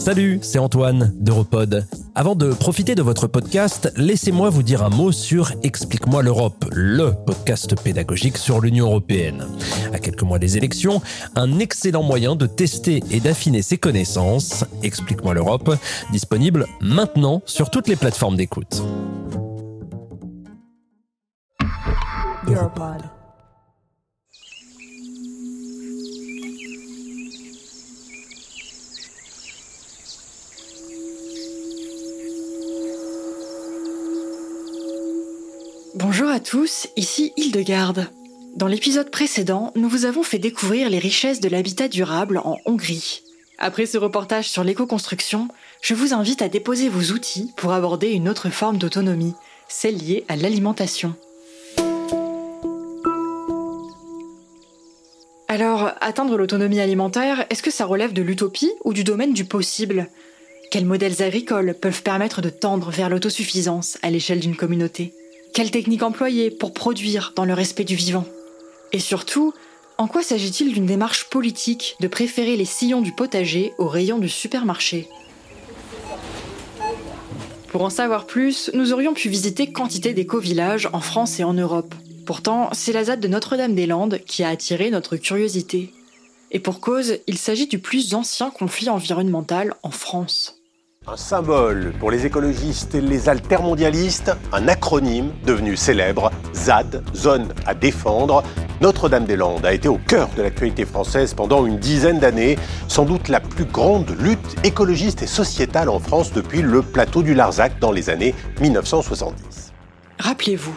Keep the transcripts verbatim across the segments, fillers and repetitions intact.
Salut, c'est Antoine d'Europod. Avant de profiter de votre podcast, laissez-moi vous dire un mot sur Explique-moi l'Europe, le podcast pédagogique sur l'Union européenne. À quelques mois des élections, un excellent moyen de tester et d'affiner ses connaissances. Explique-moi l'Europe, disponible maintenant sur toutes les plateformes d'écoute. Europod. Bonjour à tous, ici Hildegarde. Dans l'épisode précédent, nous vous avons fait découvrir les richesses de l'habitat durable en Hongrie. Après ce reportage sur l'éco-construction, je vous invite à déposer vos outils pour aborder une autre forme d'autonomie, celle liée à l'alimentation. Alors, atteindre l'autonomie alimentaire, est-ce que ça relève de l'utopie ou du domaine du possible ? Quels modèles agricoles peuvent permettre de tendre vers l'autosuffisance à l'échelle d'une communauté ? Quelles techniques employer pour produire dans le respect du vivant ? Et surtout, en quoi s'agit-il d'une démarche politique de préférer les sillons du potager aux rayons du supermarché ? Pour en savoir plus, nous aurions pu visiter quantité d'éco-villages en France et en Europe. Pourtant, c'est la ZAD de Notre-Dame-des-Landes qui a attiré notre curiosité. Et pour cause, il s'agit du plus ancien conflit environnemental en France. Un symbole pour les écologistes et les altermondialistes, un acronyme devenu célèbre, ZAD, Zone à défendre. Notre-Dame-des-Landes a été au cœur de l'actualité française pendant une dizaine d'années, sans doute la plus grande lutte écologiste et sociétale en France depuis le plateau du Larzac dans les années dix-neuf cent soixante-dix. Rappelez-vous,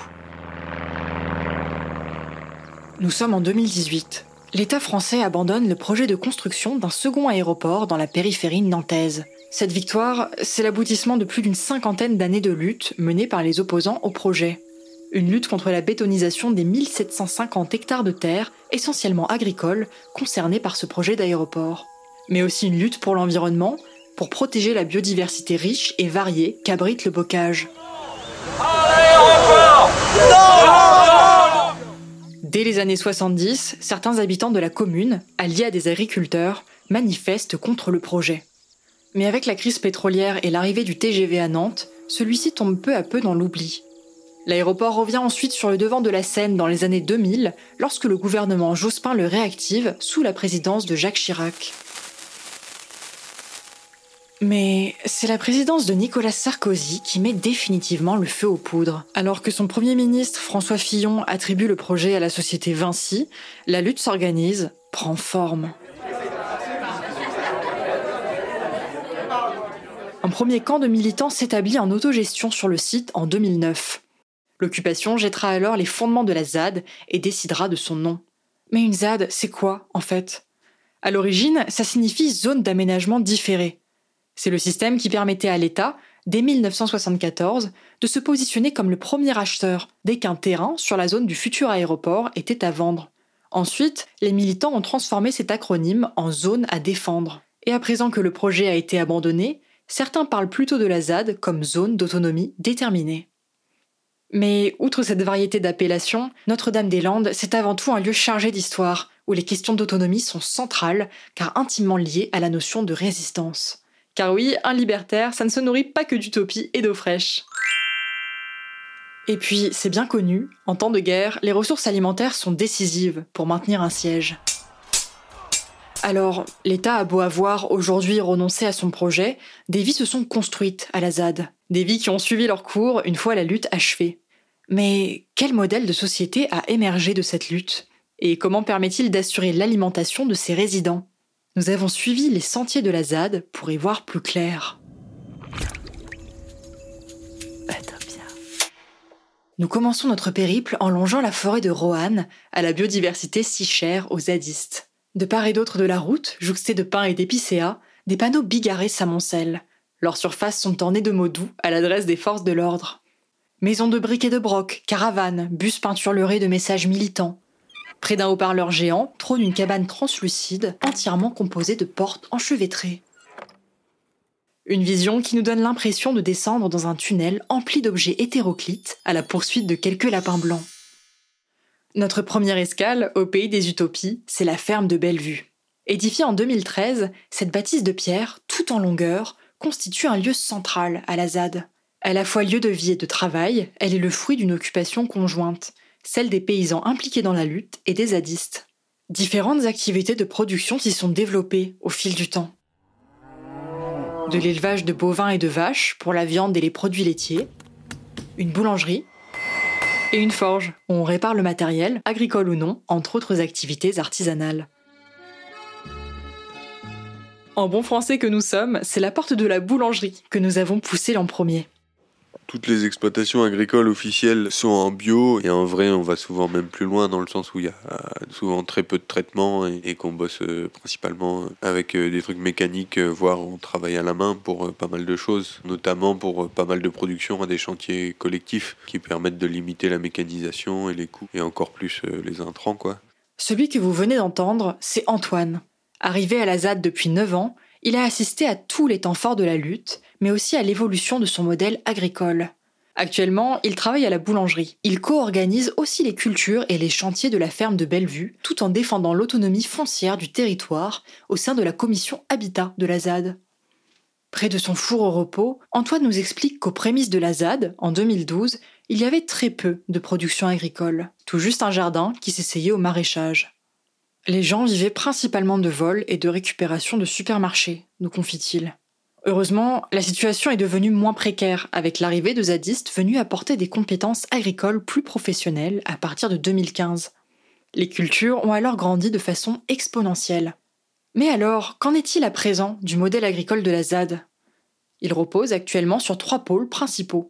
nous sommes en deux mille dix-huit. L'État français abandonne le projet de construction d'un second aéroport dans la périphérie nantaise. Cette victoire, c'est l'aboutissement de plus d'une cinquantaine d'années de lutte menée par les opposants au projet. Une lutte contre la bétonisation des mille sept cent cinquante hectares de terre, essentiellement agricoles, concernés par ce projet d'aéroport. Mais aussi une lutte pour l'environnement, pour protéger la biodiversité riche et variée qu'abrite le bocage. Dès les années soixante-dix, certains habitants de la commune, alliés à des agriculteurs, manifestent contre le projet. Mais avec la crise pétrolière et l'arrivée du T G V à Nantes, celui-ci tombe peu à peu dans l'oubli. L'aéroport revient ensuite sur le devant de la scène dans les années deux mille, lorsque le gouvernement Jospin le réactive sous la présidence de Jacques Chirac. Mais c'est la présidence de Nicolas Sarkozy qui met définitivement le feu aux poudres. Alors que son Premier ministre François Fillon attribue le projet à la société Vinci, la lutte s'organise, prend forme. Un premier camp de militants s'établit en autogestion sur le site en deux mille neuf. L'occupation jettera alors les fondements de la ZAD et décidera de son nom. Mais une ZAD, c'est quoi, en fait ? À l'origine, ça signifie zone d'aménagement différé. C'est le système qui permettait à l'État, dès dix-neuf cent soixante-quatorze, de se positionner comme le premier acheteur dès qu'un terrain sur la zone du futur aéroport était à vendre. Ensuite, les militants ont transformé cet acronyme en zone à défendre. Et à présent que le projet a été abandonné, certains parlent plutôt de la ZAD comme zone d'autonomie déterminée. Mais outre cette variété d'appellations, Notre-Dame-des-Landes, c'est avant tout un lieu chargé d'histoire, où les questions d'autonomie sont centrales, car intimement liées à la notion de résistance. Car oui, un libertaire, ça ne se nourrit pas que d'utopie et d'eau fraîche. Et puis, c'est bien connu, en temps de guerre, les ressources alimentaires sont décisives pour maintenir un siège. Alors, l'État a beau avoir aujourd'hui renoncé à son projet, des vies se sont construites à la ZAD. Des vies qui ont suivi leur cours une fois la lutte achevée. Mais quel modèle de société a émergé de cette lutte ? Et comment permet-il d'assurer l'alimentation de ses résidents ? Nous avons suivi les sentiers de la ZAD pour y voir plus clair. Nous commençons notre périple en longeant la forêt de Roanne, à la biodiversité si chère aux zadistes. De part et d'autre de la route, jouxtés de pins et d'épicéas, des panneaux bigarrés s'amoncellent. Leurs surfaces sont ornées de mots doux à l'adresse des forces de l'ordre. Maisons de briques et de broc, caravanes, bus peinturlurés de messages militants. Près d'un haut-parleur géant trône une cabane translucide entièrement composée de portes enchevêtrées. Une vision qui nous donne l'impression de descendre dans un tunnel empli d'objets hétéroclites à la poursuite de quelques lapins blancs. Notre première escale, au pays des utopies, c'est la ferme de Bellevue. Édifiée en deux mille treize, cette bâtisse de pierre, tout en longueur, constitue un lieu central à la Z A D. À la fois lieu de vie et de travail, elle est le fruit d'une occupation conjointe, celle des paysans impliqués dans la lutte et des zadistes. Différentes activités de production s'y sont développées au fil du temps. De l'élevage de bovins et de vaches pour la viande et les produits laitiers, une boulangerie et une forge où on répare le matériel, agricole ou non, entre autres activités artisanales. En bon français que nous sommes, c'est la porte de la boulangerie que nous avons poussée l'an premier. Toutes les exploitations agricoles officielles sont en bio et en vrai on va souvent même plus loin dans le sens où il y a souvent très peu de traitements et, et qu'on bosse euh, principalement avec euh, des trucs mécaniques, euh, voire on travaille à la main pour euh, pas mal de choses, notamment pour euh, pas mal de productions à des chantiers collectifs qui permettent de limiter la mécanisation et les coûts et encore plus euh, les intrants quoi. Celui que vous venez d'entendre, c'est Antoine. Arrivé à la Z A D depuis neuf ans, il a assisté à tous les temps forts de la lutte, mais aussi à l'évolution de son modèle agricole. Actuellement, il travaille à la boulangerie. Il co-organise aussi les cultures et les chantiers de la ferme de Bellevue, tout en défendant l'autonomie foncière du territoire au sein de la commission Habitat de la Z A D. Près de son four au repos, Antoine nous explique qu'aux prémices de la Z A D, en deux mille douze, il y avait très peu de production agricole, tout juste un jardin qui s'essayait au maraîchage. Les gens vivaient principalement de vols et de récupération de supermarchés, nous confie-t-il. Heureusement, la situation est devenue moins précaire avec l'arrivée de zadistes venus apporter des compétences agricoles plus professionnelles à partir de deux mille quinze. Les cultures ont alors grandi de façon exponentielle. Mais alors, qu'en est-il à présent du modèle agricole de la Z A D ? Il repose actuellement sur trois pôles principaux.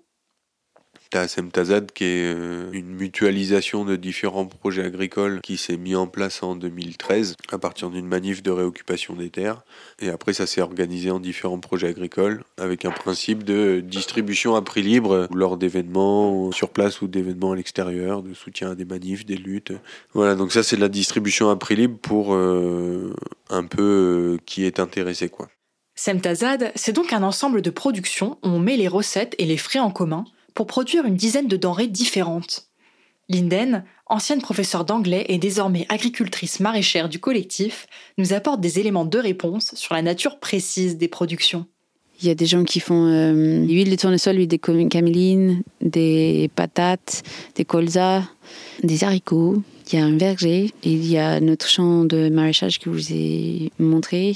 T'as Semtazad qui est euh, une mutualisation de différents projets agricoles qui s'est mis en place en deux mille treize à partir d'une manif de réoccupation des terres. Et après, ça s'est organisé en différents projets agricoles avec un principe de distribution à prix libre lors d'événements sur place ou d'événements à l'extérieur, de soutien à des manifs, des luttes. Voilà, donc ça, c'est de la distribution à prix libre pour euh, un peu euh, qui est intéressé, quoi. Semtazad, c'est donc un ensemble de productions où on met les recettes et les frais en commun pour produire une dizaine de denrées différentes. Linden, ancienne professeure d'anglais et désormais agricultrice maraîchère du collectif, nous apporte des éléments de réponse sur la nature précise des productions. Il y a des gens qui font euh, l'huile de tournesol, l'huile de caméline, des patates, des colzas, des haricots. Il y a un verger et il y a notre champ de maraîchage que je vous ai montré.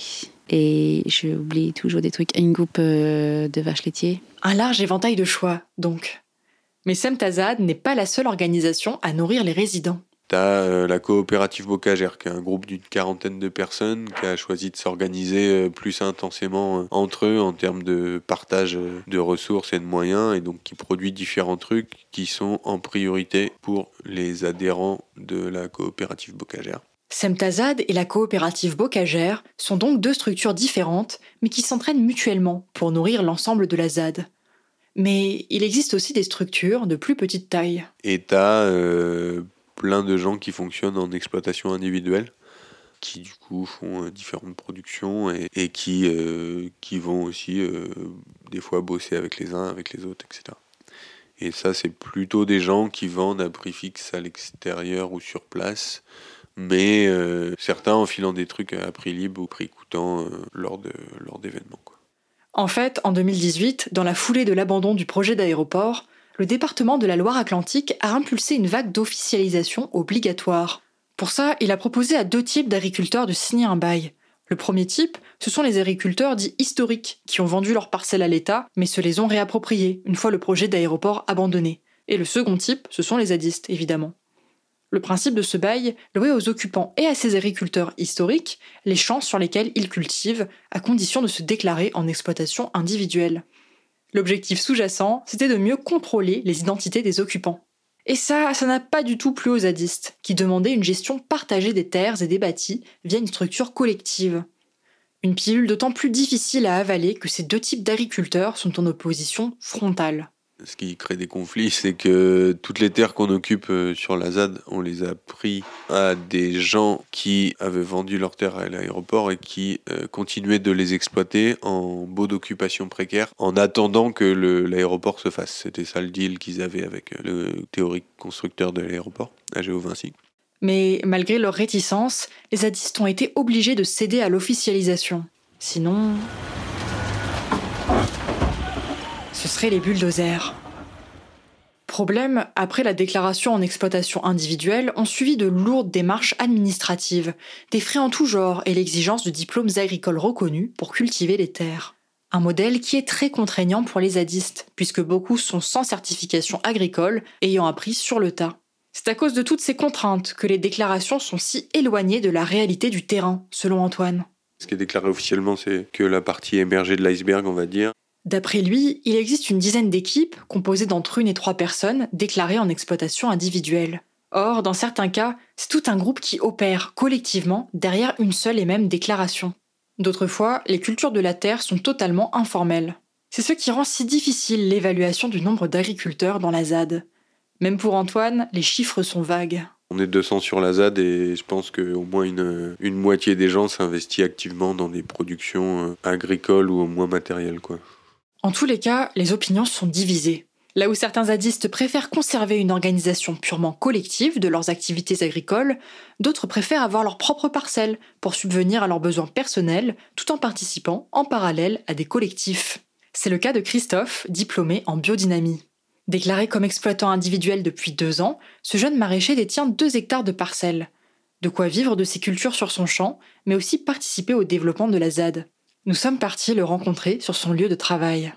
Et j'oublie toujours des trucs, une coupe euh, de vaches laitières. Un large éventail de choix, donc. Mais Semtazad n'est pas la seule organisation à nourrir les résidents. T'as euh, la coopérative Bocagère, qui est un groupe d'une quarantaine de personnes qui a choisi de s'organiser euh, plus intensément euh, entre eux en termes de partage euh, de ressources et de moyens, et donc qui produit différents trucs qui sont en priorité pour les adhérents de la coopérative Bocagère. Semtazad et la coopérative Bocagère sont donc deux structures différentes, mais qui s'entraînent mutuellement pour nourrir l'ensemble de la Z A D. Mais il existe aussi des structures de plus petite taille. Et t'as euh, plein de gens qui fonctionnent en exploitation individuelle, qui du coup font euh, différentes productions et, et qui, euh, qui vont aussi euh, des fois bosser avec les uns, avec les autres, et cetera. Et ça, c'est plutôt des gens qui vendent à prix fixe à l'extérieur ou sur place, mais euh, certains en filant des trucs à prix libre ou prix coûtant euh, lors, de, lors d'événements, quoi. En fait, en deux mille dix-huit, dans la foulée de l'abandon du projet d'aéroport, le département de la Loire-Atlantique a impulsé une vague d'officialisation obligatoire. Pour ça, il a proposé à deux types d'agriculteurs de signer un bail. Le premier type, ce sont les agriculteurs dits historiques, qui ont vendu leurs parcelles à l'État, mais se les ont réappropriées une fois le projet d'aéroport abandonné. Et le second type, ce sont les zadistes, évidemment. Le principe de ce bail louait aux occupants et à ces agriculteurs historiques les champs sur lesquels ils cultivent, à condition de se déclarer en exploitation individuelle. L'objectif sous-jacent, c'était de mieux contrôler les identités des occupants. Et ça, ça n'a pas du tout plu aux zadistes, qui demandaient une gestion partagée des terres et des bâtis via une structure collective. Une pilule d'autant plus difficile à avaler que ces deux types d'agriculteurs sont en opposition frontale. Ce qui crée des conflits, c'est que toutes les terres qu'on occupe sur la Z A D, on les a pris à des gens qui avaient vendu leurs terres à l'aéroport et qui euh, continuaient de les exploiter en baux d'occupation précaire en attendant que le, l'aéroport se fasse. C'était ça le deal qu'ils avaient avec le théorique constructeur de l'aéroport, A G O Vinci. Mais malgré leur réticence, les zadistes ont été obligés de céder à l'officialisation. Sinon, ce seraient les bulldozers. Problème, après la déclaration en exploitation individuelle, ont suivi de lourdes démarches administratives, des frais en tout genre et l'exigence de diplômes agricoles reconnus pour cultiver les terres. Un modèle qui est très contraignant pour les zadistes, puisque beaucoup sont sans certification agricole, ayant appris sur le tas. C'est à cause de toutes ces contraintes que les déclarations sont si éloignées de la réalité du terrain, selon Antoine. Ce qui est déclaré officiellement, c'est que la partie émergée de l'iceberg, on va dire. D'après lui, il existe une dizaine d'équipes, composées d'entre une et trois personnes, déclarées en exploitation individuelle. Or, dans certains cas, c'est tout un groupe qui opère, collectivement, derrière une seule et même déclaration. D'autres fois, les cultures de la terre sont totalement informelles. C'est ce qui rend si difficile l'évaluation du nombre d'agriculteurs dans la ZAD. Même pour Antoine, les chiffres sont vagues. On est deux cents sur la ZAD et je pense qu'au moins une, une moitié des gens s'investit activement dans des productions agricoles ou au moins matérielles, quoi. En tous les cas, les opinions sont divisées. Là où certains zadistes préfèrent conserver une organisation purement collective de leurs activités agricoles, d'autres préfèrent avoir leur propre parcelle pour subvenir à leurs besoins personnels tout en participant en parallèle à des collectifs. C'est le cas de Christophe, diplômé en biodynamie. Déclaré comme exploitant individuel depuis deux ans, ce jeune maraîcher détient deux hectares de parcelles. De quoi vivre de ses cultures sur son champ, mais aussi participer au développement de la ZAD. Nous sommes partis le rencontrer sur son lieu de travail.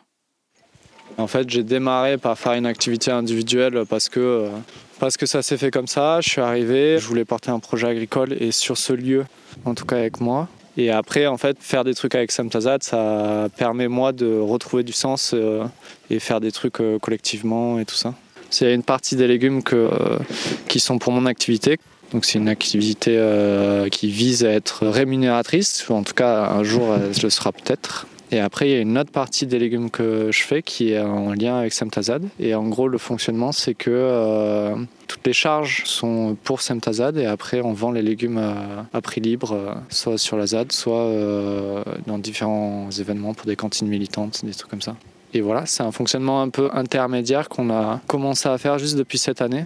En fait, j'ai démarré par faire une activité individuelle parce que, parce que ça s'est fait comme ça. Je suis arrivé, je voulais porter un projet agricole et sur ce lieu, en tout cas avec moi. Et après, en fait, faire des trucs avec Semtazad, ça permet moi de retrouver du sens et faire des trucs collectivement et tout ça. C'est une partie des légumes que, qui sont pour mon activité. Donc c'est une activité euh, qui vise à être rémunératrice, ou en tout cas un jour elle le sera peut-être. Et après il y a une autre partie des légumes que je fais qui est en lien avec Semtazad. Et en gros le fonctionnement c'est que euh, toutes les charges sont pour Semtazad et après on vend les légumes à, à prix libre, euh, soit sur la ZAD, soit euh, dans différents événements pour des cantines militantes, des trucs comme ça. Et voilà, c'est un fonctionnement un peu intermédiaire qu'on a commencé à faire juste depuis cette année.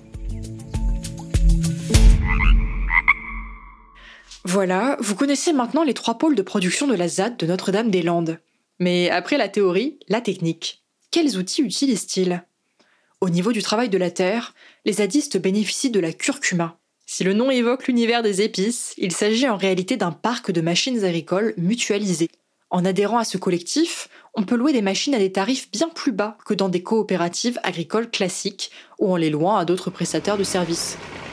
Voilà, vous connaissez maintenant les trois pôles de production de la ZAD de Notre-Dame-des-Landes. Mais après la théorie, la technique. Quels outils utilisent-ils ? Au niveau du travail de la terre, les zadistes bénéficient de la curcuma. Si le nom évoque l'univers des épices, il s'agit en réalité d'un parc de machines agricoles mutualisées. En adhérant à ce collectif, on peut louer des machines à des tarifs bien plus bas que dans des coopératives agricoles classiques ou en les louant à d'autres prestataires de services.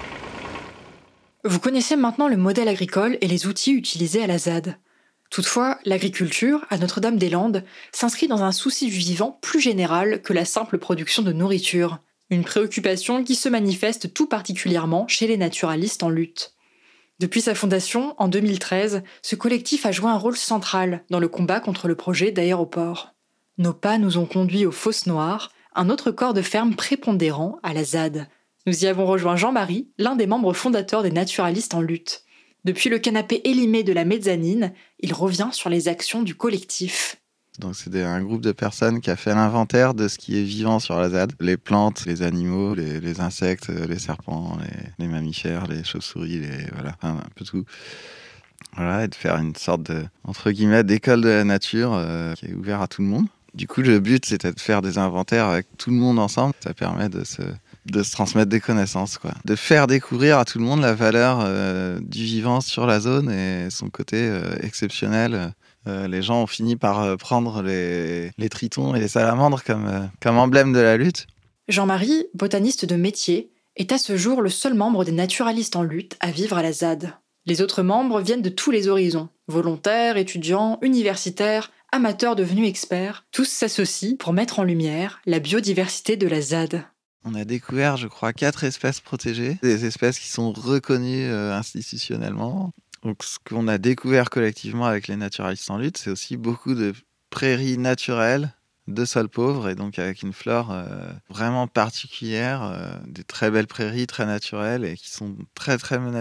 Vous connaissez maintenant le modèle agricole et les outils utilisés à la ZAD. Toutefois, l'agriculture, à Notre-Dame-des-Landes, s'inscrit dans un souci du vivant plus général que la simple production de nourriture. Une préoccupation qui se manifeste tout particulièrement chez les naturalistes en lutte. Depuis sa fondation, en deux mille treize, ce collectif a joué un rôle central dans le combat contre le projet d'aéroport. Nos pas nous ont conduits aux Fosses Noires, un autre corps de ferme prépondérant à la ZAD. Nous y avons rejoint Jean-Marie, l'un des membres fondateurs des naturalistes en lutte. Depuis le canapé élimé de la mezzanine, il revient sur les actions du collectif. Donc c'est un groupe de personnes qui a fait l'inventaire de ce qui est vivant sur la ZAD. Les plantes, les animaux, les, les insectes, les serpents, les, les mammifères, les chauves-souris, les, voilà, un, un peu tout. Voilà, et de faire une sorte de, entre guillemets, d'école de la nature euh, qui est ouverte à tout le monde. Du coup, le but, c'était de faire des inventaires avec tout le monde ensemble. Ça permet de se... de se transmettre des connaissances, quoi. De faire découvrir à tout le monde la valeur euh, du vivant sur la zone et son côté euh, exceptionnel. Euh, les gens ont fini par euh, prendre les, les tritons et les salamandres comme, euh, comme emblème de la lutte. Jean-Marie, botaniste de métier, est à ce jour le seul membre des naturalistes en lutte à vivre à la ZAD. Les autres membres viennent de tous les horizons. Volontaires, étudiants, universitaires, amateurs devenus experts. Tous s'associent pour mettre en lumière la biodiversité de la ZAD. On a découvert, je crois, quatre espèces protégées, des espèces qui sont reconnues euh, institutionnellement. Donc, ce qu'on a découvert collectivement avec les naturalistes en lutte, c'est aussi beaucoup de prairies naturelles, de sols pauvres, et donc avec une flore euh, vraiment particulière, euh, des très belles prairies, très naturelles, et qui sont très très menacées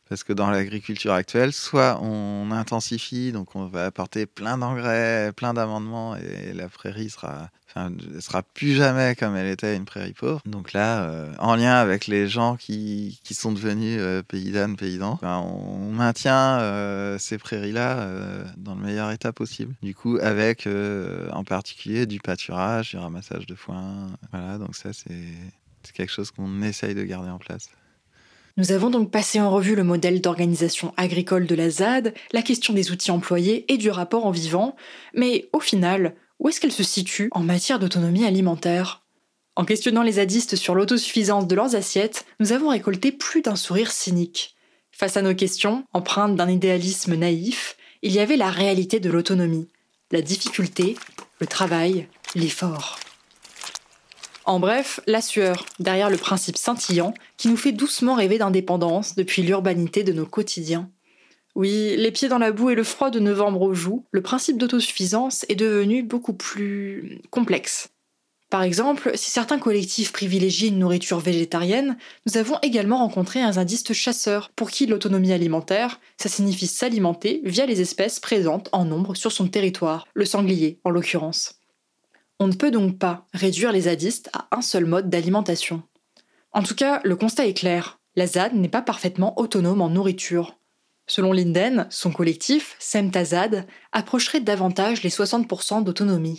Parce que dans l'agriculture actuelle, soit on intensifie, donc on va apporter plein d'engrais, plein d'amendements, et la prairie sera, enfin, sera plus jamais comme elle était une prairie pauvre. Donc là, euh, en lien avec les gens qui, qui sont devenus euh, paysannes, paysans, ben, on maintient euh, ces prairies-là euh, dans le meilleur état possible. Du coup, avec euh, en particulier du pâturage, du ramassage de foin. Voilà, donc ça, c'est, c'est quelque chose qu'on essaye de garder en place. Nous avons donc passé en revue le modèle d'organisation agricole de la Z A D, la question des outils employés et du rapport en vivant, mais au final, où est-ce qu'elle se situe en matière d'autonomie alimentaire ? En questionnant les zadistes sur l'autosuffisance de leurs assiettes, nous avons récolté plus d'un sourire cynique. Face à nos questions, empreintes d'un idéalisme naïf, il y avait la réalité de l'autonomie, la difficulté, le travail, l'effort. En bref, la sueur, derrière le principe scintillant qui nous fait doucement rêver d'indépendance depuis l'urbanité de nos quotidiens. Oui, les pieds dans la boue et le froid de novembre aux joues, le principe d'autosuffisance est devenu beaucoup plus complexe. Par exemple, si certains collectifs privilégient une nourriture végétarienne, nous avons également rencontré un zadiste chasseur pour qui l'autonomie alimentaire, ça signifie s'alimenter via les espèces présentes en nombre sur son territoire, le sanglier en l'occurrence. On ne peut donc pas réduire les zadistes à un seul mode d'alimentation. En tout cas, le constat est clair, la Z A D n'est pas parfaitement autonome en nourriture. Selon Linden, son collectif, Semtazad, approcherait davantage les soixante pour cent d'autonomie.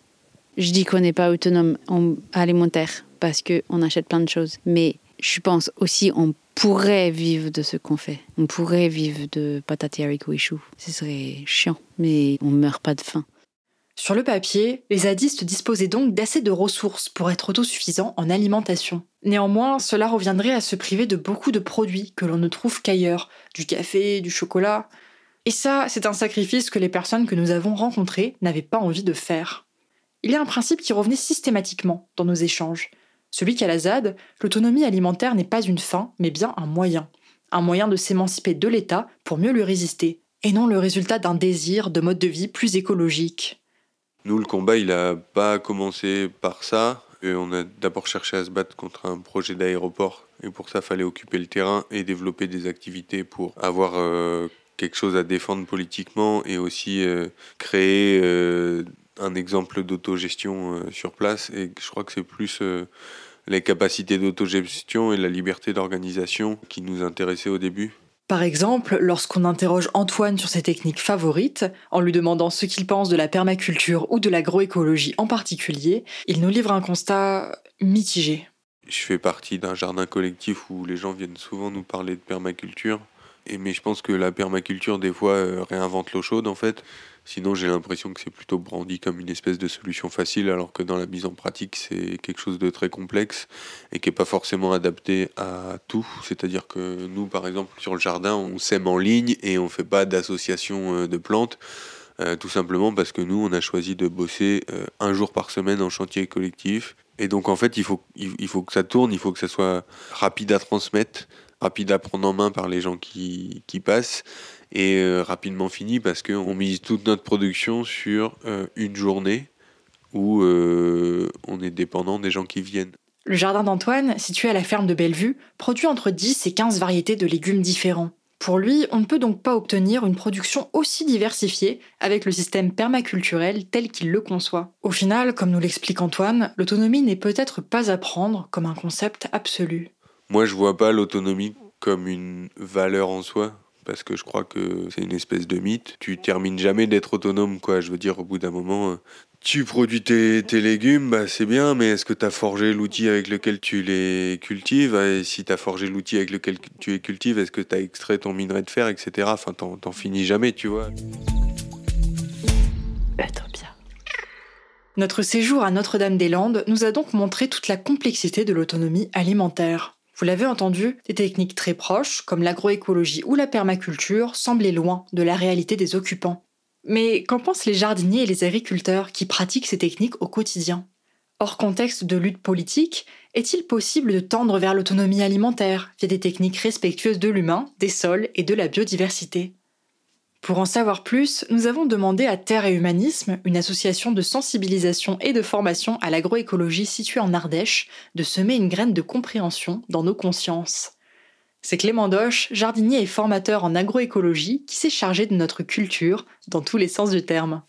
Je dis qu'on n'est pas autonome en alimentaire parce qu'on achète plein de choses. Mais je pense aussi qu'on pourrait vivre de ce qu'on fait. On pourrait vivre de patates et haricots et choux. Ce serait chiant, mais on ne meurt pas de faim. Sur le papier, les zadistes disposaient donc d'assez de ressources pour être autosuffisants en alimentation. Néanmoins, cela reviendrait à se priver de beaucoup de produits que l'on ne trouve qu'ailleurs, du café, du chocolat. Et ça, c'est un sacrifice que les personnes que nous avons rencontrées n'avaient pas envie de faire. Il y a un principe qui revenait systématiquement dans nos échanges. Celui qu'à la Z A D, l'autonomie alimentaire n'est pas une fin, mais bien un moyen. Un moyen de s'émanciper de l'État pour mieux lui résister, et non le résultat d'un désir de mode de vie plus écologique. Nous, le combat, il n'a pas commencé par ça. Et on a d'abord cherché à se battre contre un projet d'aéroport. Et pour ça, il fallait occuper le terrain et développer des activités pour avoir euh, quelque chose à défendre politiquement et aussi euh, créer euh, un exemple d'autogestion euh, sur place. Et je crois que c'est plus euh, les capacités d'autogestion et la liberté d'organisation qui nous intéressaient au début. Par exemple, lorsqu'on interroge Antoine sur ses techniques favorites, en lui demandant ce qu'il pense de la permaculture ou de l'agroécologie en particulier, il nous livre un constat mitigé. Je fais partie d'un jardin collectif où les gens viennent souvent nous parler de permaculture. Et mais je pense que la permaculture, des fois, euh, réinvente l'eau chaude, en fait. Sinon, j'ai l'impression que c'est plutôt brandi comme une espèce de solution facile, alors que dans la mise en pratique, c'est quelque chose de très complexe et qui n'est pas forcément adapté à tout. C'est-à-dire que nous, par exemple, sur le jardin, on sème en ligne et on ne fait pas d'association de plantes, euh, tout simplement parce que nous, on a choisi de bosser euh, un jour par semaine en chantier collectif. Et donc, en fait, il faut, il, il faut que ça tourne, il faut que ça soit rapide à transmettre, rapide à prendre en main par les gens qui, qui passent, et euh, rapidement fini parce qu'on mise toute notre production sur euh, une journée où euh, on est dépendant des gens qui viennent. Le jardin d'Antoine, situé à la ferme de Bellevue, produit entre dix et quinze variétés de légumes différents. Pour lui, on ne peut donc pas obtenir une production aussi diversifiée avec le système permaculturel tel qu'il le conçoit. Au final, comme nous l'explique Antoine, l'autonomie n'est peut-être pas à prendre comme un concept absolu. Moi, je vois pas l'autonomie comme une valeur en soi. Parce que je crois que c'est une espèce de mythe. Tu termines jamais d'être autonome, quoi. Je veux dire, au bout d'un moment, tu produis tes, tes légumes, bah c'est bien, mais est-ce que tu as forgé l'outil avec lequel tu les cultives ? Et si tu as forgé l'outil avec lequel tu les cultives, est-ce que tu as extrait ton minerai de fer, et cetera. Enfin, t'en, t'en finis jamais, tu vois. Être bien. Notre séjour à Notre-Dame-des-Landes nous a donc montré toute la complexité de l'autonomie alimentaire. Vous l'avez entendu, des techniques très proches, comme l'agroécologie ou la permaculture, semblaient loin de la réalité des occupants. Mais qu'en pensent les jardiniers et les agriculteurs qui pratiquent ces techniques au quotidien ? Hors contexte de lutte politique, est-il possible de tendre vers l'autonomie alimentaire via des techniques respectueuses de l'humain, des sols et de la biodiversité ? Pour en savoir plus, nous avons demandé à Terre et Humanisme, une association de sensibilisation et de formation à l'agroécologie située en Ardèche, de semer une graine de compréhension dans nos consciences. C'est Clément Doche, jardinier et formateur en agroécologie, qui s'est chargé de notre culture dans tous les sens du terme.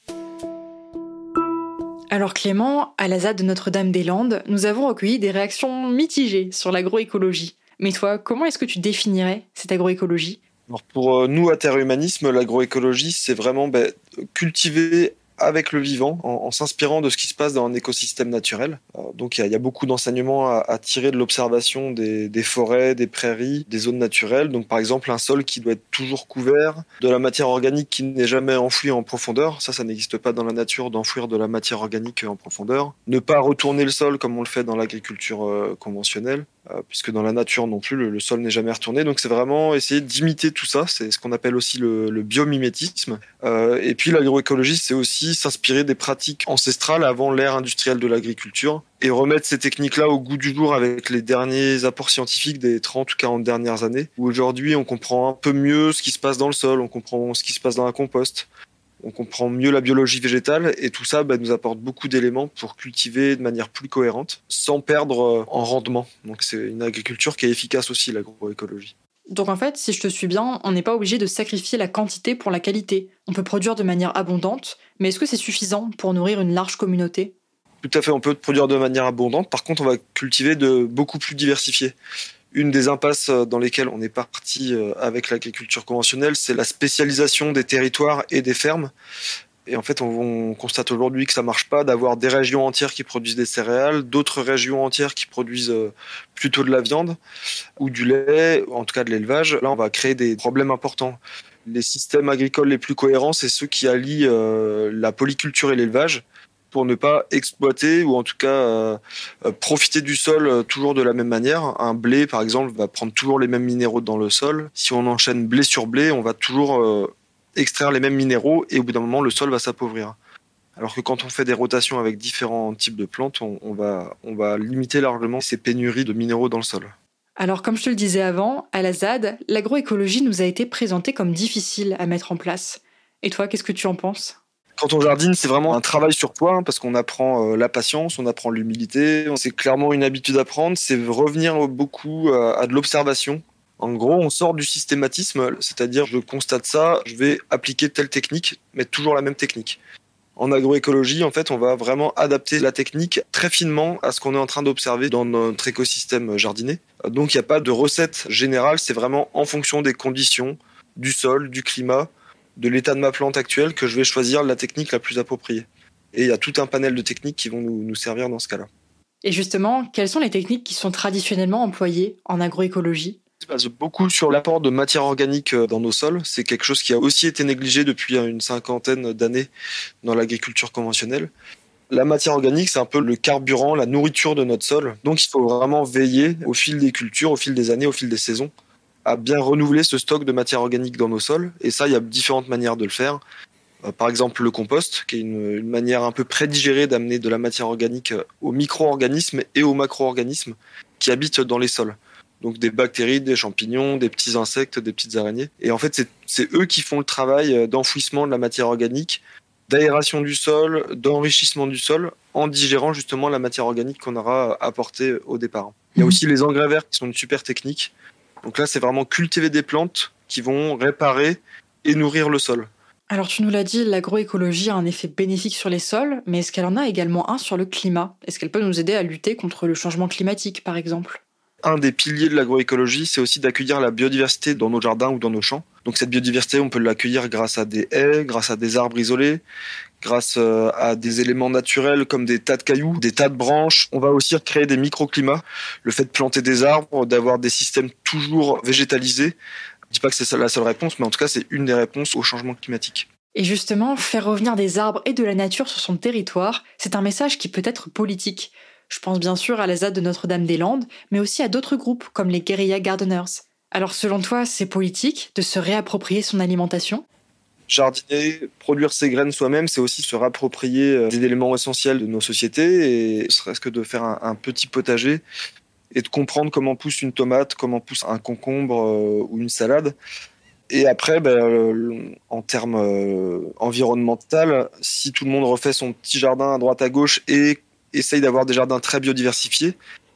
Alors Clément, à la Z A D de Notre-Dame-des-Landes, nous avons recueilli des réactions mitigées sur l'agroécologie. Mais toi, comment est-ce que tu définirais cette agroécologie ? Alors pour nous, à Terre Humanisme, l'agroécologie, c'est vraiment ben, cultiver avec le vivant, en, en s'inspirant de ce qui se passe dans un écosystème naturel. Alors, donc il y, y a beaucoup d'enseignements à, à tirer de l'observation des, des forêts, des prairies, des zones naturelles. Donc par exemple, un sol qui doit être toujours couvert, de la matière organique qui n'est jamais enfouie en profondeur. Ça, ça n'existe pas dans la nature, d'enfouir de la matière organique en profondeur. Ne pas retourner le sol comme on le fait dans l'agriculture euh, conventionnelle. Euh, puisque dans la nature non plus, le, le sol n'est jamais retourné. Donc c'est vraiment essayer d'imiter tout ça. C'est ce qu'on appelle aussi le, le biomimétisme. Euh, et puis l'agroécologie, c'est aussi s'inspirer des pratiques ancestrales avant l'ère industrielle de l'agriculture et remettre ces techniques-là au goût du jour avec les derniers apports scientifiques des trente ou quarante dernières années, où aujourd'hui on comprend un peu mieux ce qui se passe dans le sol, on comprend ce qui se passe dans la compost. On comprend mieux la biologie végétale et tout ça bah, nous apporte beaucoup d'éléments pour cultiver de manière plus cohérente sans perdre en rendement. Donc c'est une agriculture qui est efficace aussi, l'agroécologie. Donc en fait, si je te suis bien, on n'est pas obligé de sacrifier la quantité pour la qualité. On peut produire de manière abondante, mais est-ce que c'est suffisant pour nourrir une large communauté ? Tout à fait, on peut produire de manière abondante. Par contre, on va cultiver de beaucoup plus diversifié. Une des impasses dans lesquelles on est parti avec l'agriculture conventionnelle, c'est la spécialisation des territoires et des fermes. Et en fait, on, on constate aujourd'hui que ça marche pas d'avoir des régions entières qui produisent des céréales, d'autres régions entières qui produisent plutôt de la viande ou du lait, en tout cas de l'élevage. Là, on va créer des problèmes importants. Les systèmes agricoles les plus cohérents, c'est ceux qui allient euh, la polyculture et l'élevage, pour ne pas exploiter ou en tout cas euh, profiter du sol euh, toujours de la même manière. Un blé, par exemple, va prendre toujours les mêmes minéraux dans le sol. Si on enchaîne blé sur blé, on va toujours euh, extraire les mêmes minéraux et au bout d'un moment, le sol va s'appauvrir. Alors que quand on fait des rotations avec différents types de plantes, on, on, va, on va limiter largement ces pénuries de minéraux dans le sol. Alors comme je te le disais avant, à la Z A D, l'agroécologie nous a été présentée comme difficile à mettre en place. Et toi, qu'est-ce que tu en penses ? Quand on jardine, c'est vraiment un travail sur soi, hein, parce qu'on apprend euh, la patience, on apprend l'humilité. C'est clairement une habitude à prendre, c'est revenir beaucoup euh, à de l'observation. En gros, on sort du systématisme, c'est-à-dire je constate ça, je vais appliquer telle technique, mais toujours la même technique. En agroécologie, en fait, on va vraiment adapter la technique très finement à ce qu'on est en train d'observer dans notre écosystème jardinier. Donc il n'y a pas de recette générale, c'est vraiment en fonction des conditions, du sol, du climat, de l'état de ma plante actuelle que je vais choisir la technique la plus appropriée. Et il y a tout un panel de techniques qui vont nous, nous servir dans ce cas-là. Et justement, quelles sont les techniques qui sont traditionnellement employées en agroécologie ? Ça se base beaucoup sur l'apport de matière organique dans nos sols. C'est quelque chose qui a aussi été négligé depuis une cinquantaine d'années dans l'agriculture conventionnelle. La matière organique, c'est un peu le carburant, la nourriture de notre sol. Donc il faut vraiment veiller au fil des cultures, au fil des années, au fil des saisons, à bien renouveler ce stock de matière organique dans nos sols. Et ça, il y a différentes manières de le faire. Par exemple, le compost, qui est une, une manière un peu prédigérée d'amener de la matière organique aux micro-organismes et aux macro-organismes qui habitent dans les sols. Donc des bactéries, des champignons, des petits insectes, des petites araignées. Et en fait, c'est, c'est eux qui font le travail d'enfouissement de la matière organique, d'aération du sol, d'enrichissement du sol, en digérant justement la matière organique qu'on aura apportée au départ. Il y a aussi les engrais verts qui sont une super technique. Donc là, c'est vraiment cultiver des plantes qui vont réparer et nourrir le sol. Alors tu nous l'as dit, l'agroécologie a un effet bénéfique sur les sols, mais est-ce qu'elle en a également un sur le climat ? Est-ce qu'elle peut nous aider à lutter contre le changement climatique, par exemple ? Un des piliers de l'agroécologie, c'est aussi d'accueillir la biodiversité dans nos jardins ou dans nos champs. Donc cette biodiversité, on peut l'accueillir grâce à des haies, grâce à des arbres isolés, grâce à des éléments naturels comme des tas de cailloux, des tas de branches. On va aussi créer des microclimats. Le fait de planter des arbres, d'avoir des systèmes toujours végétalisés, je ne dis pas que c'est la seule réponse, mais en tout cas, c'est une des réponses au changement climatique. Et justement, faire revenir des arbres et de la nature sur son territoire, c'est un message qui peut être politique. Je pense bien sûr à la Z A D de Notre-Dame-des-Landes, mais aussi à d'autres groupes comme les Guerrilla Gardeners. Alors selon toi, c'est politique de se réapproprier son alimentation ? Jardiner, produire ses graines soi-même, c'est aussi se réapproprier des éléments essentiels de nos sociétés, et serait-ce que de faire un, un petit potager et de comprendre comment pousse une tomate, comment pousse un concombre euh, ou une salade. Et après, ben, euh, en termes euh, environnementaux, si tout le monde refait son petit jardin à droite à gauche et essaye d'avoir des jardins très biodiversifiés,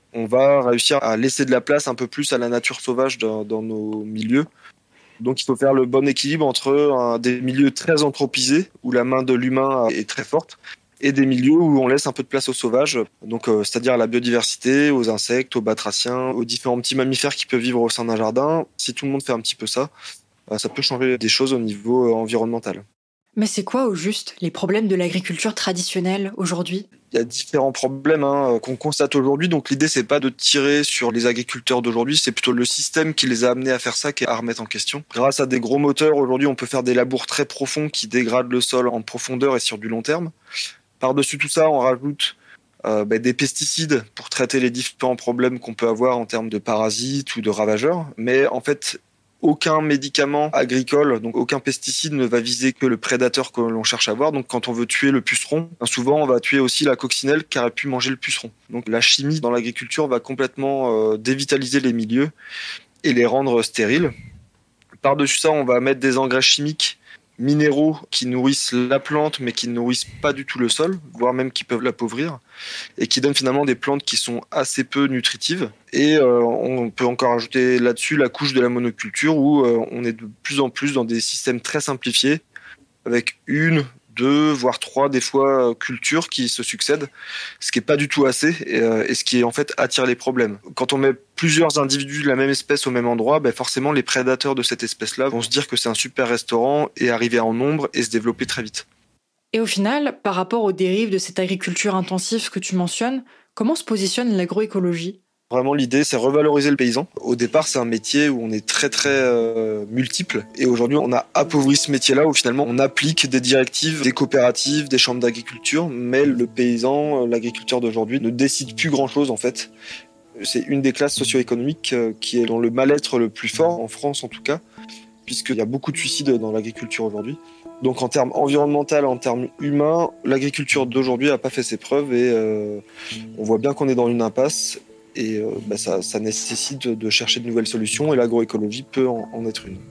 on va réussir à laisser de la place un peu plus à la nature sauvage dans, dans nos milieux. Donc il faut faire le bon équilibre entre un, des milieux très anthropisés, où la main de l'humain est très forte, et des milieux où on laisse un peu de place aux sauvages, donc, euh, c'est-à-dire à la biodiversité, aux insectes, aux batraciens, aux différents petits mammifères qui peuvent vivre au sein d'un jardin. Si tout le monde fait un petit peu ça, euh, ça peut changer des choses au niveau euh, environnemental. Mais c'est quoi au juste les problèmes de l'agriculture traditionnelle aujourd'hui ? Il y a différents problèmes hein, qu'on constate aujourd'hui. Donc l'idée, c'est pas de tirer sur les agriculteurs d'aujourd'hui, c'est plutôt le système qui les a amenés à faire ça qui est à remettre en question. Grâce à des gros moteurs, aujourd'hui, on peut faire des labours très profonds qui dégradent le sol en profondeur et sur du long terme. Par-dessus tout ça, on rajoute euh, bah, des pesticides pour traiter les différents problèmes qu'on peut avoir en termes de parasites ou de ravageurs. Mais en fait, aucun médicament agricole, donc aucun pesticide ne va viser que le prédateur que l'on cherche à voir. Donc quand on veut tuer le puceron, souvent on va tuer aussi la coccinelle qui aurait pu manger le puceron. Donc la chimie dans l'agriculture va complètement euh, dévitaliser les milieux et les rendre stériles. Par-dessus ça, on va mettre des engrais chimiques minéraux qui nourrissent la plante mais qui ne nourrissent pas du tout le sol, voire même qui peuvent l'appauvrir, et qui donnent finalement des plantes qui sont assez peu nutritives. Et euh, on peut encore ajouter là-dessus la couche de la monoculture où euh, on est de plus en plus dans des systèmes très simplifiés avec une, deux, voire trois des fois cultures qui se succèdent, ce qui n'est pas du tout assez et, euh, et ce qui en fait attire les problèmes. Quand on met plusieurs individus de la même espèce au même endroit, ben forcément les prédateurs de cette espèce-là vont se dire que c'est un super restaurant et arriver en nombre et se développer très vite. Et au final, par rapport aux dérives de cette agriculture intensive que tu mentionnes, comment se positionne l'agroécologie ? Vraiment, l'idée, c'est revaloriser le paysan. Au départ, c'est un métier où on est très, très euh, multiple. Et aujourd'hui, on a appauvri ce métier-là où finalement, on applique des directives, des coopératives, des chambres d'agriculture. Mais le paysan, l'agriculteur d'aujourd'hui, ne décide plus grand-chose, en fait. C'est une des classes socio-économiques qui est dans le mal-être le plus fort, en France en tout cas, puisqu'il y a beaucoup de suicides dans l'agriculture aujourd'hui. Donc en termes environnementaux, en termes humains, l'agriculture d'aujourd'hui n'a pas fait ses preuves et euh, on voit bien qu'on est dans une impasse. Et euh, bah ça, ça nécessite de chercher de nouvelles solutions et l'agroécologie peut en, en être une.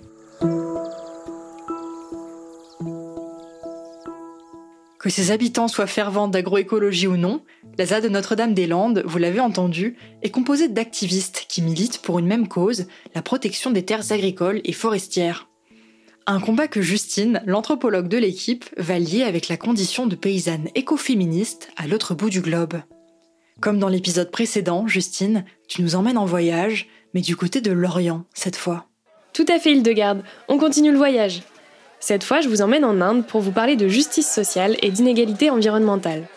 Que ses habitants soient fervents d'agroécologie ou non, la ZAD de Notre-Dame-des-Landes, vous l'avez entendu, est composée d'activistes qui militent pour une même cause, la protection des terres agricoles et forestières. Un combat que Justine, l'anthropologue de l'équipe, va lier avec la condition de paysanne écoféministe à l'autre bout du globe. Comme dans l'épisode précédent, Justine, tu nous emmènes en voyage, mais du côté de l'Orient, cette fois. Tout à fait, Hildegarde. On continue le voyage. Cette fois, je vous emmène en Inde pour vous parler de justice sociale et d'inégalité environnementale.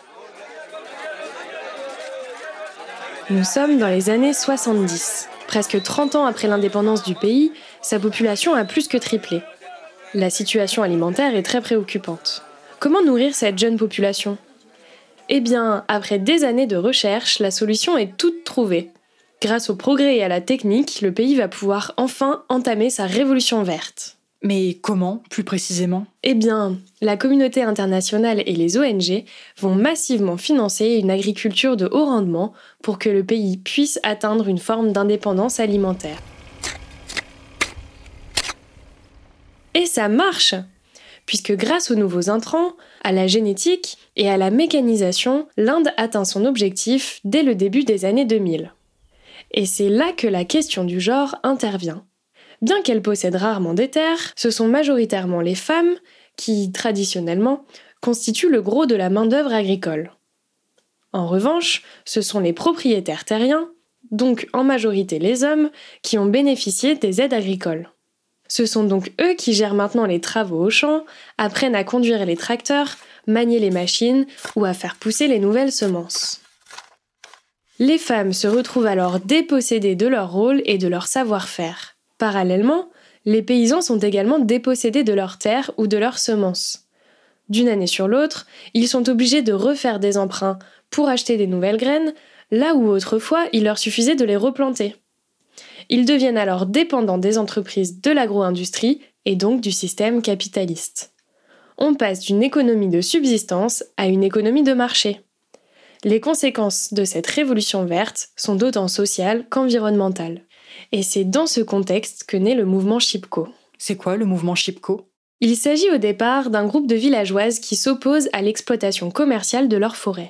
Nous sommes dans les années soixante-dix. Presque trente ans après l'indépendance du pays, sa population a plus que triplé. La situation alimentaire est très préoccupante. Comment nourrir cette jeune population ? Eh bien, après des années de recherche, la solution est toute trouvée. Grâce au progrès et à la technique, le pays va pouvoir enfin entamer sa révolution verte. Mais comment, plus précisément ? Eh bien, la communauté internationale et les O N G vont massivement financer une agriculture de haut rendement pour que le pays puisse atteindre une forme d'indépendance alimentaire. Et ça marche ! Puisque grâce aux nouveaux intrants, à la génétique et à la mécanisation, l'Inde atteint son objectif dès le début des années deux mille. Et c'est là que la question du genre intervient. Bien qu'elle possède rarement des terres, ce sont majoritairement les femmes qui, traditionnellement, constituent le gros de la main-d'œuvre agricole. En revanche, ce sont les propriétaires terriens, donc en majorité les hommes, qui ont bénéficié des aides agricoles. Ce sont donc eux qui gèrent maintenant les travaux au champ, apprennent à conduire les tracteurs, manier les machines ou à faire pousser les nouvelles semences. Les femmes se retrouvent alors dépossédées de leur rôle et de leur savoir-faire. Parallèlement, les paysans sont également dépossédés de leurs terres ou de leurs semences. D'une année sur l'autre, ils sont obligés de refaire des emprunts pour acheter des nouvelles graines, là où autrefois il leur suffisait de les replanter. Ils deviennent alors dépendants des entreprises de l'agro-industrie et donc du système capitaliste. On passe d'une économie de subsistance à une économie de marché. Les conséquences de cette révolution verte sont d'autant sociales qu'environnementales. Et c'est dans ce contexte que naît le mouvement Chipko. C'est quoi le mouvement Chipko ? Il s'agit au départ d'un groupe de villageoises qui s'opposent à l'exploitation commerciale de leurs forêts.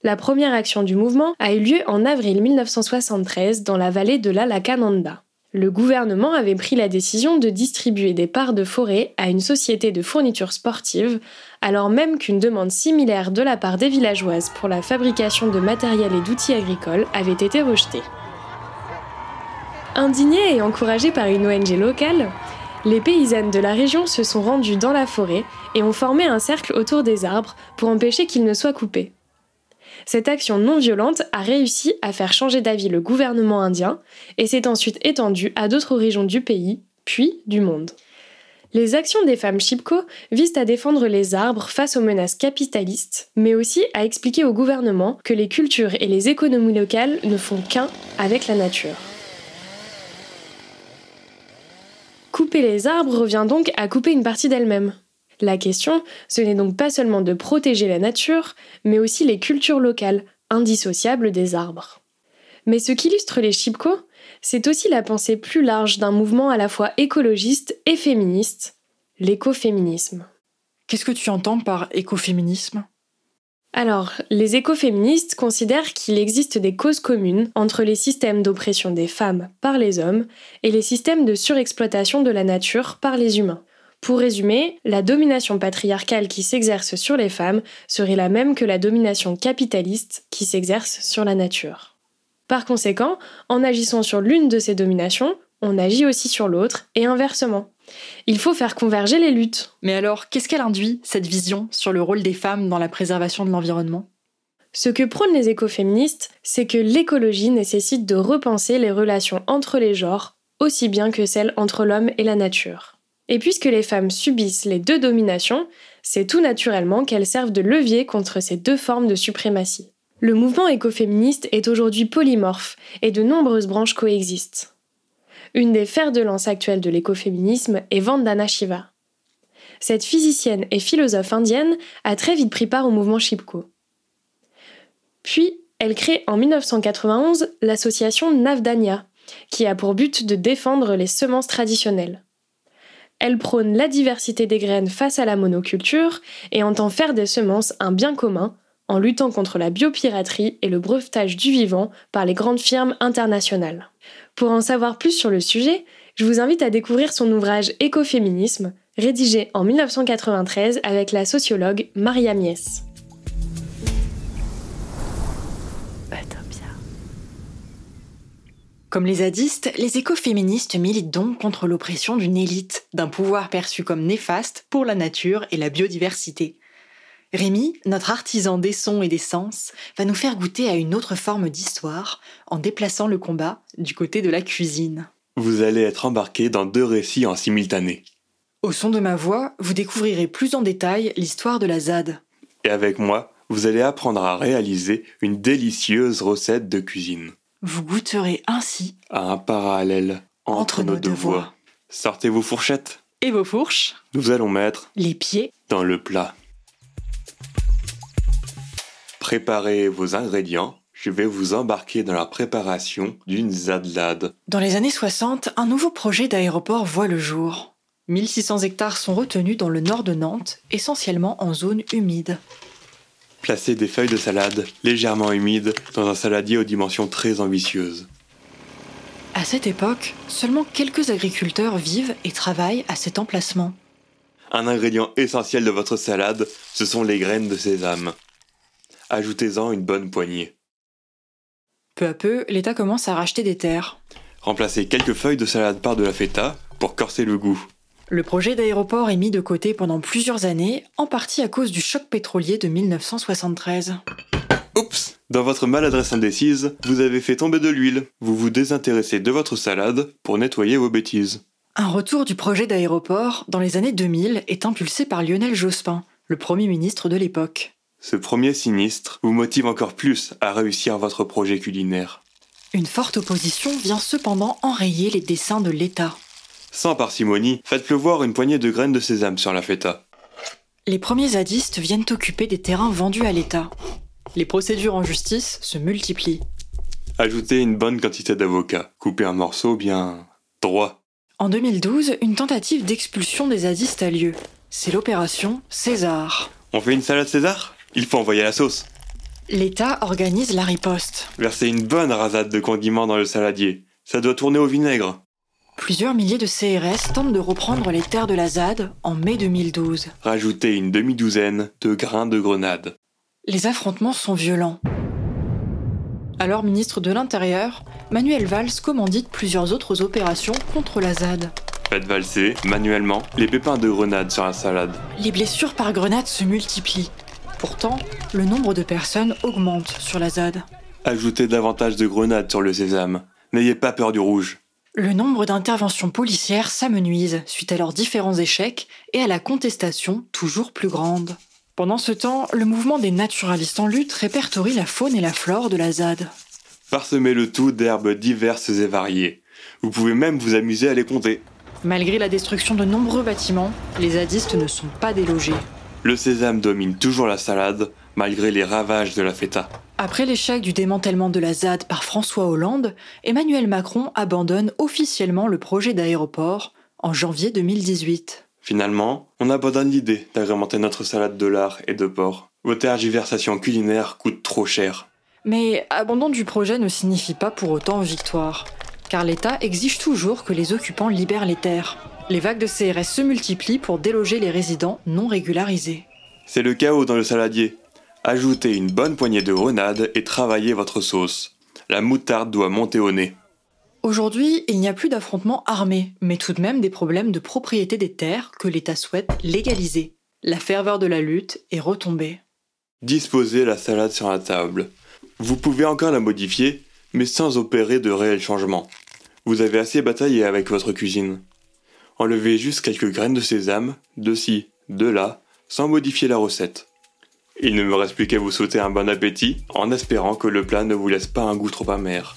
La première action du mouvement a eu lieu en avril mille neuf cent soixante-treize dans la vallée de la Lacandona. Le gouvernement avait pris la décision de distribuer des parts de forêt à une société de fournitures sportives, alors même qu'une demande similaire de la part des villageoises pour la fabrication de matériel et d'outils agricoles avait été rejetée. Indignées et encouragées par une O N G locale, les paysannes de la région se sont rendues dans la forêt et ont formé un cercle autour des arbres pour empêcher qu'ils ne soient coupés. Cette action non violente a réussi à faire changer d'avis le gouvernement indien et s'est ensuite étendue à d'autres régions du pays, puis du monde. Les actions des femmes Chipko visent à défendre les arbres face aux menaces capitalistes, mais aussi à expliquer au gouvernement que les cultures et les économies locales ne font qu'un avec la nature. Couper les arbres revient donc à couper une partie d'elle-même. La question, ce n'est donc pas seulement de protéger la nature, mais aussi les cultures locales, indissociables des arbres. Mais ce qu'illustre les Chipko, c'est aussi la pensée plus large d'un mouvement à la fois écologiste et féministe, l'écoféminisme. Qu'est-ce que tu entends par écoféminisme ? Alors, les écoféministes considèrent qu'il existe des causes communes entre les systèmes d'oppression des femmes par les hommes et les systèmes de surexploitation de la nature par les humains. Pour résumer, la domination patriarcale qui s'exerce sur les femmes serait la même que la domination capitaliste qui s'exerce sur la nature. Par conséquent, en agissant sur l'une de ces dominations, on agit aussi sur l'autre, et inversement. Il faut faire converger les luttes. Mais alors, qu'est-ce qu'elle induit, cette vision sur le rôle des femmes dans la préservation de l'environnement ? Ce que prônent les écoféministes, c'est que l'écologie nécessite de repenser les relations entre les genres, aussi bien que celles entre l'homme et la nature. Et puisque les femmes subissent les deux dominations, c'est tout naturellement qu'elles servent de levier contre ces deux formes de suprématie. Le mouvement écoféministe est aujourd'hui polymorphe et de nombreuses branches coexistent. Une des fers de lance actuelles de l'écoféminisme est Vandana Shiva. Cette physicienne et philosophe indienne a très vite pris part au mouvement Chipko. Puis, elle crée en dix-neuf cent quatre-vingt-onze l'association Navdanya, qui a pour but de défendre les semences traditionnelles. Elle prône la diversité des graines face à la monoculture et entend faire des semences un bien commun en luttant contre la biopiraterie et le brevetage du vivant par les grandes firmes internationales. Pour en savoir plus sur le sujet, je vous invite à découvrir son ouvrage Écoféminisme, rédigé en dix-neuf cent quatre-vingt-treize avec la sociologue Maria Mies. Comme les zadistes, les écoféministes militent donc contre l'oppression d'une élite, d'un pouvoir perçu comme néfaste pour la nature et la biodiversité. Rémi, notre artisan des sons et des sens, va nous faire goûter à une autre forme d'histoire en déplaçant le combat du côté de la cuisine. Vous allez être embarqué dans deux récits en simultané. Au son de ma voix, vous découvrirez plus en détail l'histoire de la Z A D. Et avec moi, vous allez apprendre à réaliser une délicieuse recette de cuisine. Vous goûterez ainsi à un parallèle entre, entre nos, nos deux voix. voix. Sortez vos fourchettes. Et vos fourches. Nous allons mettre les pieds dans le plat. Préparez vos ingrédients. Je vais vous embarquer dans la préparation d'une zadlade. Dans les années soixante, un nouveau projet d'aéroport voit le jour. mille six cents hectares sont retenus dans le nord de Nantes, essentiellement en zone humide. Placez des feuilles de salade légèrement humides dans un saladier aux dimensions très ambitieuses. À cette époque, seulement quelques agriculteurs vivent et travaillent à cet emplacement. Un ingrédient essentiel de votre salade, ce sont les graines de sésame. Ajoutez-en une bonne poignée. Peu à peu, l'État commence à racheter des terres. Remplacez quelques feuilles de salade par de la feta pour corser le goût. Le projet d'aéroport est mis de côté pendant plusieurs années, en partie à cause du choc pétrolier de mille neuf cent soixante-treize. Oups! Dans votre maladresse indécise, vous avez fait tomber de l'huile. Vous vous désintéressez de votre salade pour nettoyer vos bêtises. Un retour du projet d'aéroport dans les années deux mille est impulsé par Lionel Jospin, le Premier ministre de l'époque. Ce premier sinistre vous motive encore plus à réussir votre projet culinaire. Une forte opposition vient cependant enrayer les desseins de l'État. Sans parcimonie, faites pleuvoir une poignée de graines de sésame sur la feta. Les premiers zadistes viennent occuper des terrains vendus à l'État. Les procédures en justice se multiplient. Ajoutez une bonne quantité d'avocat. Coupez un morceau bien droit. En deux mille douze, une tentative d'expulsion des zadistes a lieu. C'est l'opération César. On fait une salade César ? Il faut envoyer la sauce. L'État organise la riposte. Versez une bonne rasade de condiments dans le saladier. Ça doit tourner au vinaigre. Plusieurs milliers de C R S tentent de reprendre les terres de la Z A D en mai deux mille douze. Rajoutez une demi-douzaine de grains de grenade. Les affrontements sont violents. Alors ministre de l'Intérieur, Manuel Valls commandite plusieurs autres opérations contre la Z A D. Faites valser, manuellement, les pépins de grenade sur la salade. Les blessures par grenade se multiplient. Pourtant, le nombre de personnes augmente sur la Z A D. Ajoutez davantage de grenades sur le sésame. N'ayez pas peur du rouge. Le nombre d'interventions policières s'amenuise suite à leurs différents échecs et à la contestation toujours plus grande. Pendant ce temps, le mouvement des naturalistes en lutte répertorie la faune et la flore de la Z A D. Parsemez le tout d'herbes diverses et variées. Vous pouvez même vous amuser à les compter. Malgré la destruction de nombreux bâtiments, les zadistes ne sont pas délogés. Le sésame domine toujours la salade, malgré les ravages de la feta. Après l'échec du démantèlement de la Z A D par François Hollande, Emmanuel Macron abandonne officiellement le projet d'aéroport en janvier deux mille dix-huit. Finalement, on abandonne l'idée d'agrémenter notre salade de lard et de porc. Vos tergiversations culinaires coûtent trop cher. Mais abandon du projet ne signifie pas pour autant victoire, car l'État exige toujours que les occupants libèrent les terres. Les vagues de C R S se multiplient pour déloger les résidents non régularisés. C'est le chaos dans le saladier. Ajoutez une bonne poignée de grenade et travaillez votre sauce. La moutarde doit monter au nez. Aujourd'hui, il n'y a plus d'affrontements armés, mais tout de même des problèmes de propriété des terres que l'État souhaite légaliser. La ferveur de la lutte est retombée. Disposez la salade sur la table. Vous pouvez encore la modifier, mais sans opérer de réels changements. Vous avez assez bataillé avec votre cuisine. Enlevez juste quelques graines de sésame, de ci, de là, sans modifier la recette. Il ne me reste plus qu'à vous souhaiter un bon appétit, en espérant que le plat ne vous laisse pas un goût trop amer.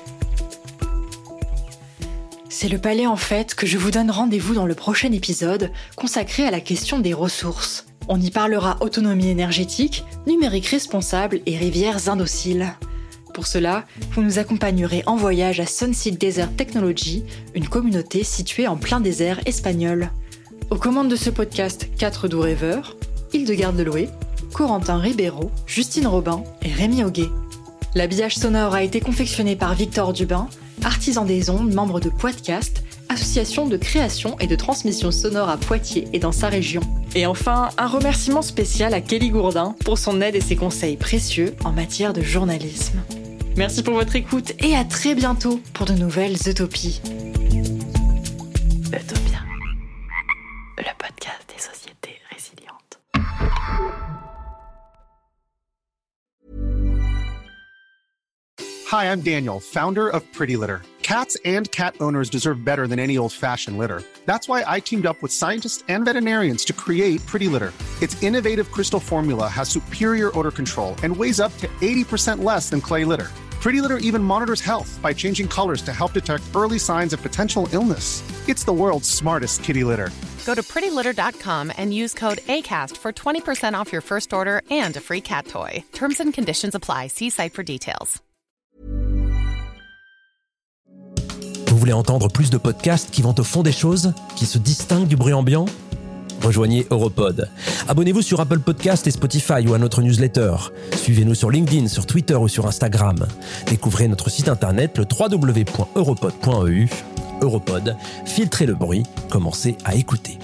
C'est le palais en fait que je vous donne rendez-vous dans le prochain épisode consacré à la question des ressources. On y parlera autonomie énergétique, numérique responsable et rivières indociles. Pour cela, vous nous accompagnerez en voyage à Sunseed Desert Technology, une communauté située en plein désert espagnol. Aux commandes de ce podcast, quatre doux rêveurs, Hildegarde Deloué, Corentin Ribeiro, Justine Robin et Rémi Auguet. L'habillage sonore a été confectionné par Victor Dubin, artisan des ondes, membre de Poitcast, association de création et de transmission sonore à Poitiers et dans sa région. Et enfin, un remerciement spécial à Kelly Gourdin pour son aide et ses conseils précieux en matière de journalisme. Merci pour votre écoute et à très bientôt pour de nouvelles utopies. Utopia, le podcast des sociétés résilientes. Hi, I'm Daniel, founder of Pretty Litter. Cats and cat owners deserve better than any old-fashioned litter. That's why I teamed up with scientists and veterinarians to create Pretty Litter. Its innovative crystal formula has superior odor control and weighs up to eighty percent less than clay litter. Pretty Litter even monitors health by changing colors to help detect early signs of potential illness. It's the world's smartest kitty litter. Go to pretty litter dot com and use code ACAST for twenty percent off your first order and a free cat toy. Terms and conditions apply. See site for details. Vous voulez entendre plus de podcasts qui vont au fond des choses, qui se distinguent du bruit ambiant ? Rejoignez Europod. Abonnez-vous sur Apple Podcasts et Spotify ou à notre newsletter. Suivez-nous sur LinkedIn, sur Twitter ou sur Instagram. Découvrez notre site internet le w w w point europod point e u. Europod, filtrez le bruit, commencez à écouter.